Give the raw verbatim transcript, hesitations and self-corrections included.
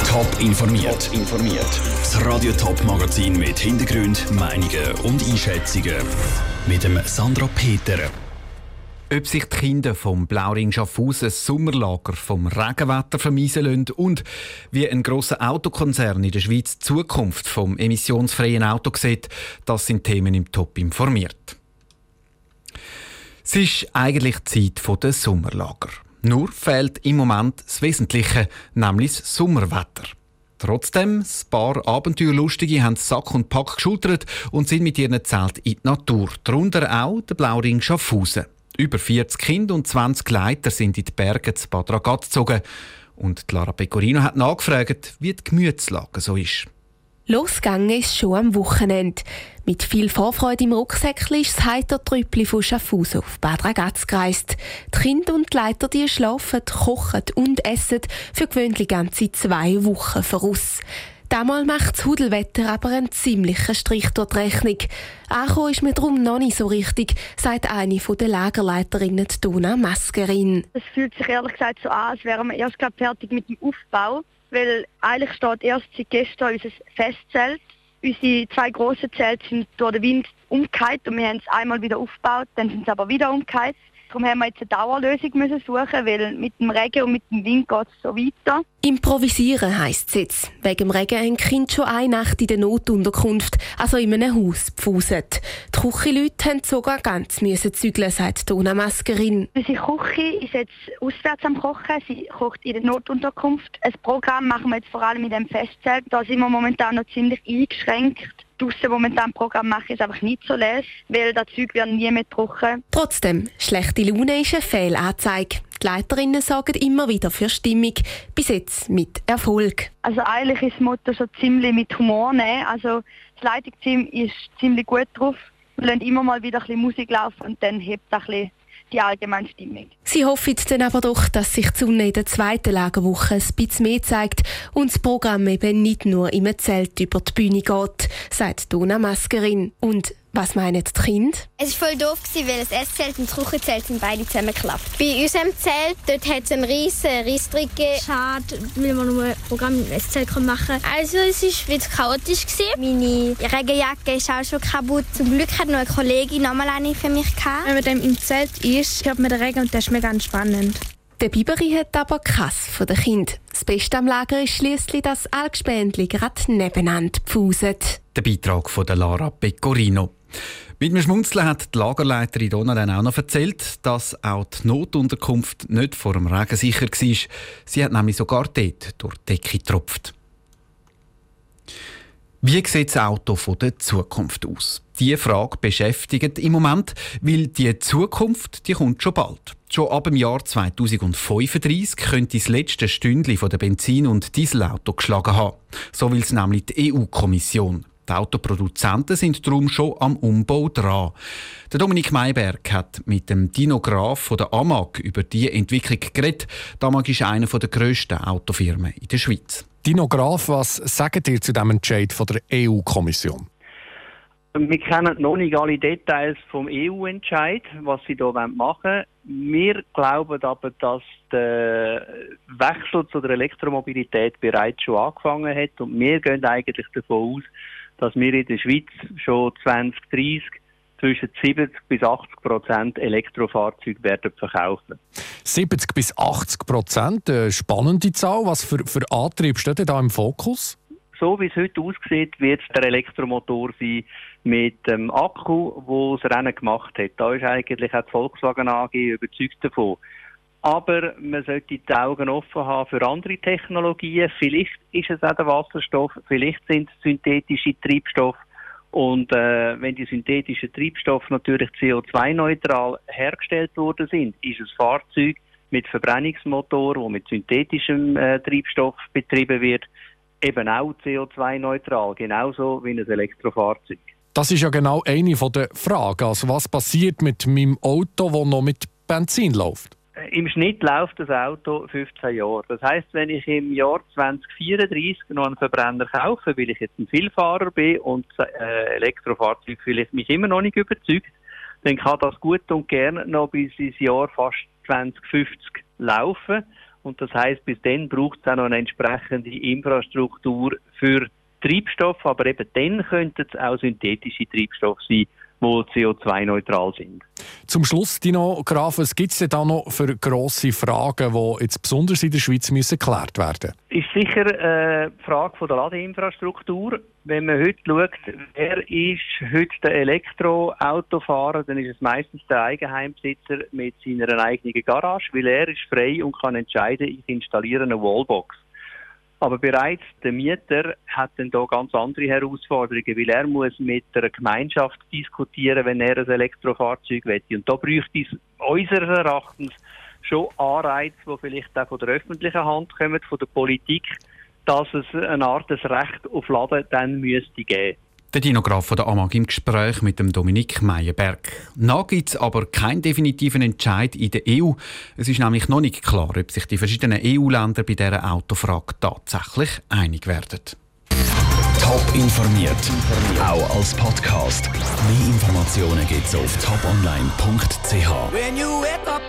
Top informiert. informiert. Das Radio Top Magazin mit Hintergrund, Meinungen und Einschätzungen mit dem Sandra Peter. Ob sich die Kinder vom Blauring Schaffhausen das Sommerlager vom Regenwetter vermeisen lassen und wie ein grosser Autokonzern in der Schweiz die Zukunft vom emissionsfreien Auto sieht, das sind Themen im Top informiert. Es ist eigentlich Zeit der Sommerlager. Nur fehlt im Moment das Wesentliche, nämlich das Sommerwetter. Trotzdem, ein paar Abenteuerlustige haben Sack und Pack geschultert und sind mit ihren Zelten in die Natur. Darunter auch der Blauring Schaffhausen. Über vierzig Kinder und zwanzig Leiter sind in die Berge zu Bad Ragaz gezogen. Und Lara Pecorino hat nachgefragt, wie die Gemütslage so ist. Losgegangen ist schon am Wochenende. Mit viel Vorfreude im Rucksäckchen ist das Heitertrüppli von Schaffhausen auf Bad Ragaz gereist. Die Kinder und die Leiter die schlafen, kochen und essen für gewöhnlich ganze zwei Wochen voraus. Damals macht das Hudelwetter aber einen ziemlichen Strich durch die Rechnung. Angekommen ist mir darum noch nicht so richtig, sagt eine der Lagerleiterinnen, Dona Maskerin. Es fühlt sich ehrlich gesagt so an, als wären wir erst gerade fertig mit dem Aufbau. Weil eigentlich steht erst seit gestern unser Festzelt. Unsere zwei grossen Zelte sind durch den Wind umgekehrt und wir haben es einmal wieder aufgebaut, dann sind sie aber wieder umgekehrt. Darum haben wir jetzt eine Dauerlösung müssen suchen, weil mit dem Regen und mit dem Wind geht es so weiter. Improvisieren heisst es jetzt. Wegen dem Regen haben die Kinder schon eine Nacht in der Notunterkunft, also in einem Haus, gepfuset. Die Küchenleute mussten sogar ganz müssen zügeln, sagt Dona Maskerin. Unsere Küche ist jetzt auswärts am Kochen, sie kocht in der Notunterkunft. Ein Programm machen wir jetzt vor allem in dem Festzelt. Da sind wir momentan noch ziemlich eingeschränkt. Draussen momentan Programm machen ist einfach nicht so les, weil das Zeug wird nie mehr trocken. Trotzdem, schlechte Laune ist eine Fehlanzeige. Die Leiterinnen sorgen immer wieder für Stimmung, bis jetzt mit Erfolg. Also eigentlich ist das Motto schon ziemlich mit Humor nehmen. Also das Leitungsteam ist ziemlich gut drauf. Wir lassen immer mal wieder ein bisschen Musik laufen und dann hebt ein bisschen die allgemeine Stimmung. Sie hoffen dann aber doch, dass sich die Sonne in der zweiten Lagerwoche ein bisschen mehr zeigt und das Programm eben nicht nur im Zelt über die Bühne geht, sagt Dona Maskerin. Und was meinen die Kinder? Es war voll doof, weil das Esszelt und das Küchenzelt sind beide zusammengeklappt. Bei unserem Zelt dort hat es einen riesen Reisstrick gegeben. Schade, weil man nur ein Programm im Esszelt machen kann. Also es war wieder chaotisch. Meine Regenjacke ist auch schon kaputt. Zum Glück hat noch eine Kollegin nochmal eine für mich gehabt. Wenn man dann im Zelt ist, hört man den Regen und das ist mega spannend. Der Biberi hat aber Kass von den Kindern. Das Beste am Lager ist schliesslich, dass Algspendli gerade nebeneinander pfuset. Der Beitrag von der Lara Pecorino. Mit einem Schmunzeln hat die Lagerleiterin Donna dann auch noch erzählt, dass auch die Notunterkunft nicht vor dem Regen sicher war. Sie hat nämlich sogar dort durch die Decke getropft. Wie sieht das Auto von der Zukunft aus? Diese Frage beschäftigt im Moment, weil die Zukunft die kommt schon bald. Schon ab dem Jahr zweitausendfünfunddreißig könnte das letzte Stündchen der Benzin- und Dieselauto geschlagen haben. So will es nämlich die E U-Kommission. Die Autoproduzenten sind darum schon am Umbau dran. Der Dominik Mayberg hat mit dem Dino Graf von der A M A G über diese Entwicklung geredet. Die A M A G ist eine der grössten Autofirmen in der Schweiz. Dino Graf, was sagt ihr zu diesem Entscheid von der E U-Kommission? Wir kennen noch nicht alle Details vom E U-Entscheid, was sie hier machen wollen. Wir glauben aber, dass der Wechsel zu der Elektromobilität bereits schon angefangen hat. Und wir gehen eigentlich davon aus, dass wir in der Schweiz schon zwanzig dreißig zwischen siebzig bis achtzig Prozent Elektrofahrzeuge werden verkaufen. siebzig bis achtzig Prozent, eine spannende Zahl. Was für, für Antrieb steht da im Fokus? So wie es heute aussieht, wird es der Elektromotor sein mit dem Akku, wo das Rennen gemacht hat. Da ist eigentlich auch die Volkswagen A G überzeugt davon. Aber man sollte die Augen offen haben für andere Technologien. Vielleicht ist es auch der Wasserstoff, vielleicht sind es synthetische Treibstoffe. Und äh, wenn die synthetischen Treibstoffe natürlich C O zwei neutral hergestellt worden sind, ist ein Fahrzeug mit Verbrennungsmotor, das mit synthetischem äh, Treibstoff betrieben wird, eben auch C O zwei neutral, genauso wie ein Elektrofahrzeug. Das ist ja genau eine der Fragen. Also was passiert mit meinem Auto, das noch mit Benzin läuft? Im Schnitt läuft das Auto fünfzehn Jahre. Das heisst, wenn ich im Jahr zwanzig vierunddreißig noch einen Verbrenner kaufe, weil ich jetzt ein Vielfahrer bin und das äh, Elektrofahrzeug vielleicht mich immer noch nicht überzeugt, dann kann das gut und gerne noch bis ins Jahr fast zwanzig fünfzig laufen. Und das heisst, bis dann braucht es auch noch eine entsprechende Infrastruktur für Treibstoff, aber eben dann könnten es auch synthetische Treibstoffe sein, die C O zwei neutral sind. Zum Schluss, Dino Graf, was gibt es denn da noch für grosse Fragen, die jetzt besonders in der Schweiz müssen geklärt werden müssen? Ist sicher äh, die Frage von der Ladeinfrastruktur. Wenn man heute schaut, wer ist heute der Elektroautofahrer, dann ist es meistens der Eigenheimbesitzer mit seiner eigenen Garage, weil er ist frei und kann entscheiden, ich installiere eine Wallbox. Aber bereits der Mieter hat dann da ganz andere Herausforderungen, weil er muss mit der Gemeinschaft diskutieren, wenn er ein Elektrofahrzeug will. Und da bräuchte es unseres Erachtens schon Anreize, die vielleicht auch von der öffentlichen Hand kommen, von der Politik, dass es eine Art des Recht auf Laden dann müsste geben. Der Dino Graf von der A M A G im Gespräch mit dem Dominik Meyerberg. Noch gibt es aber keinen definitiven Entscheid in der E U. Es ist nämlich noch nicht klar, ob sich die verschiedenen E U-Länder bei dieser Autofrage tatsächlich einig werden. Top informiert, auch als Podcast. Mehr Informationen gibt es auf top online punkt c h.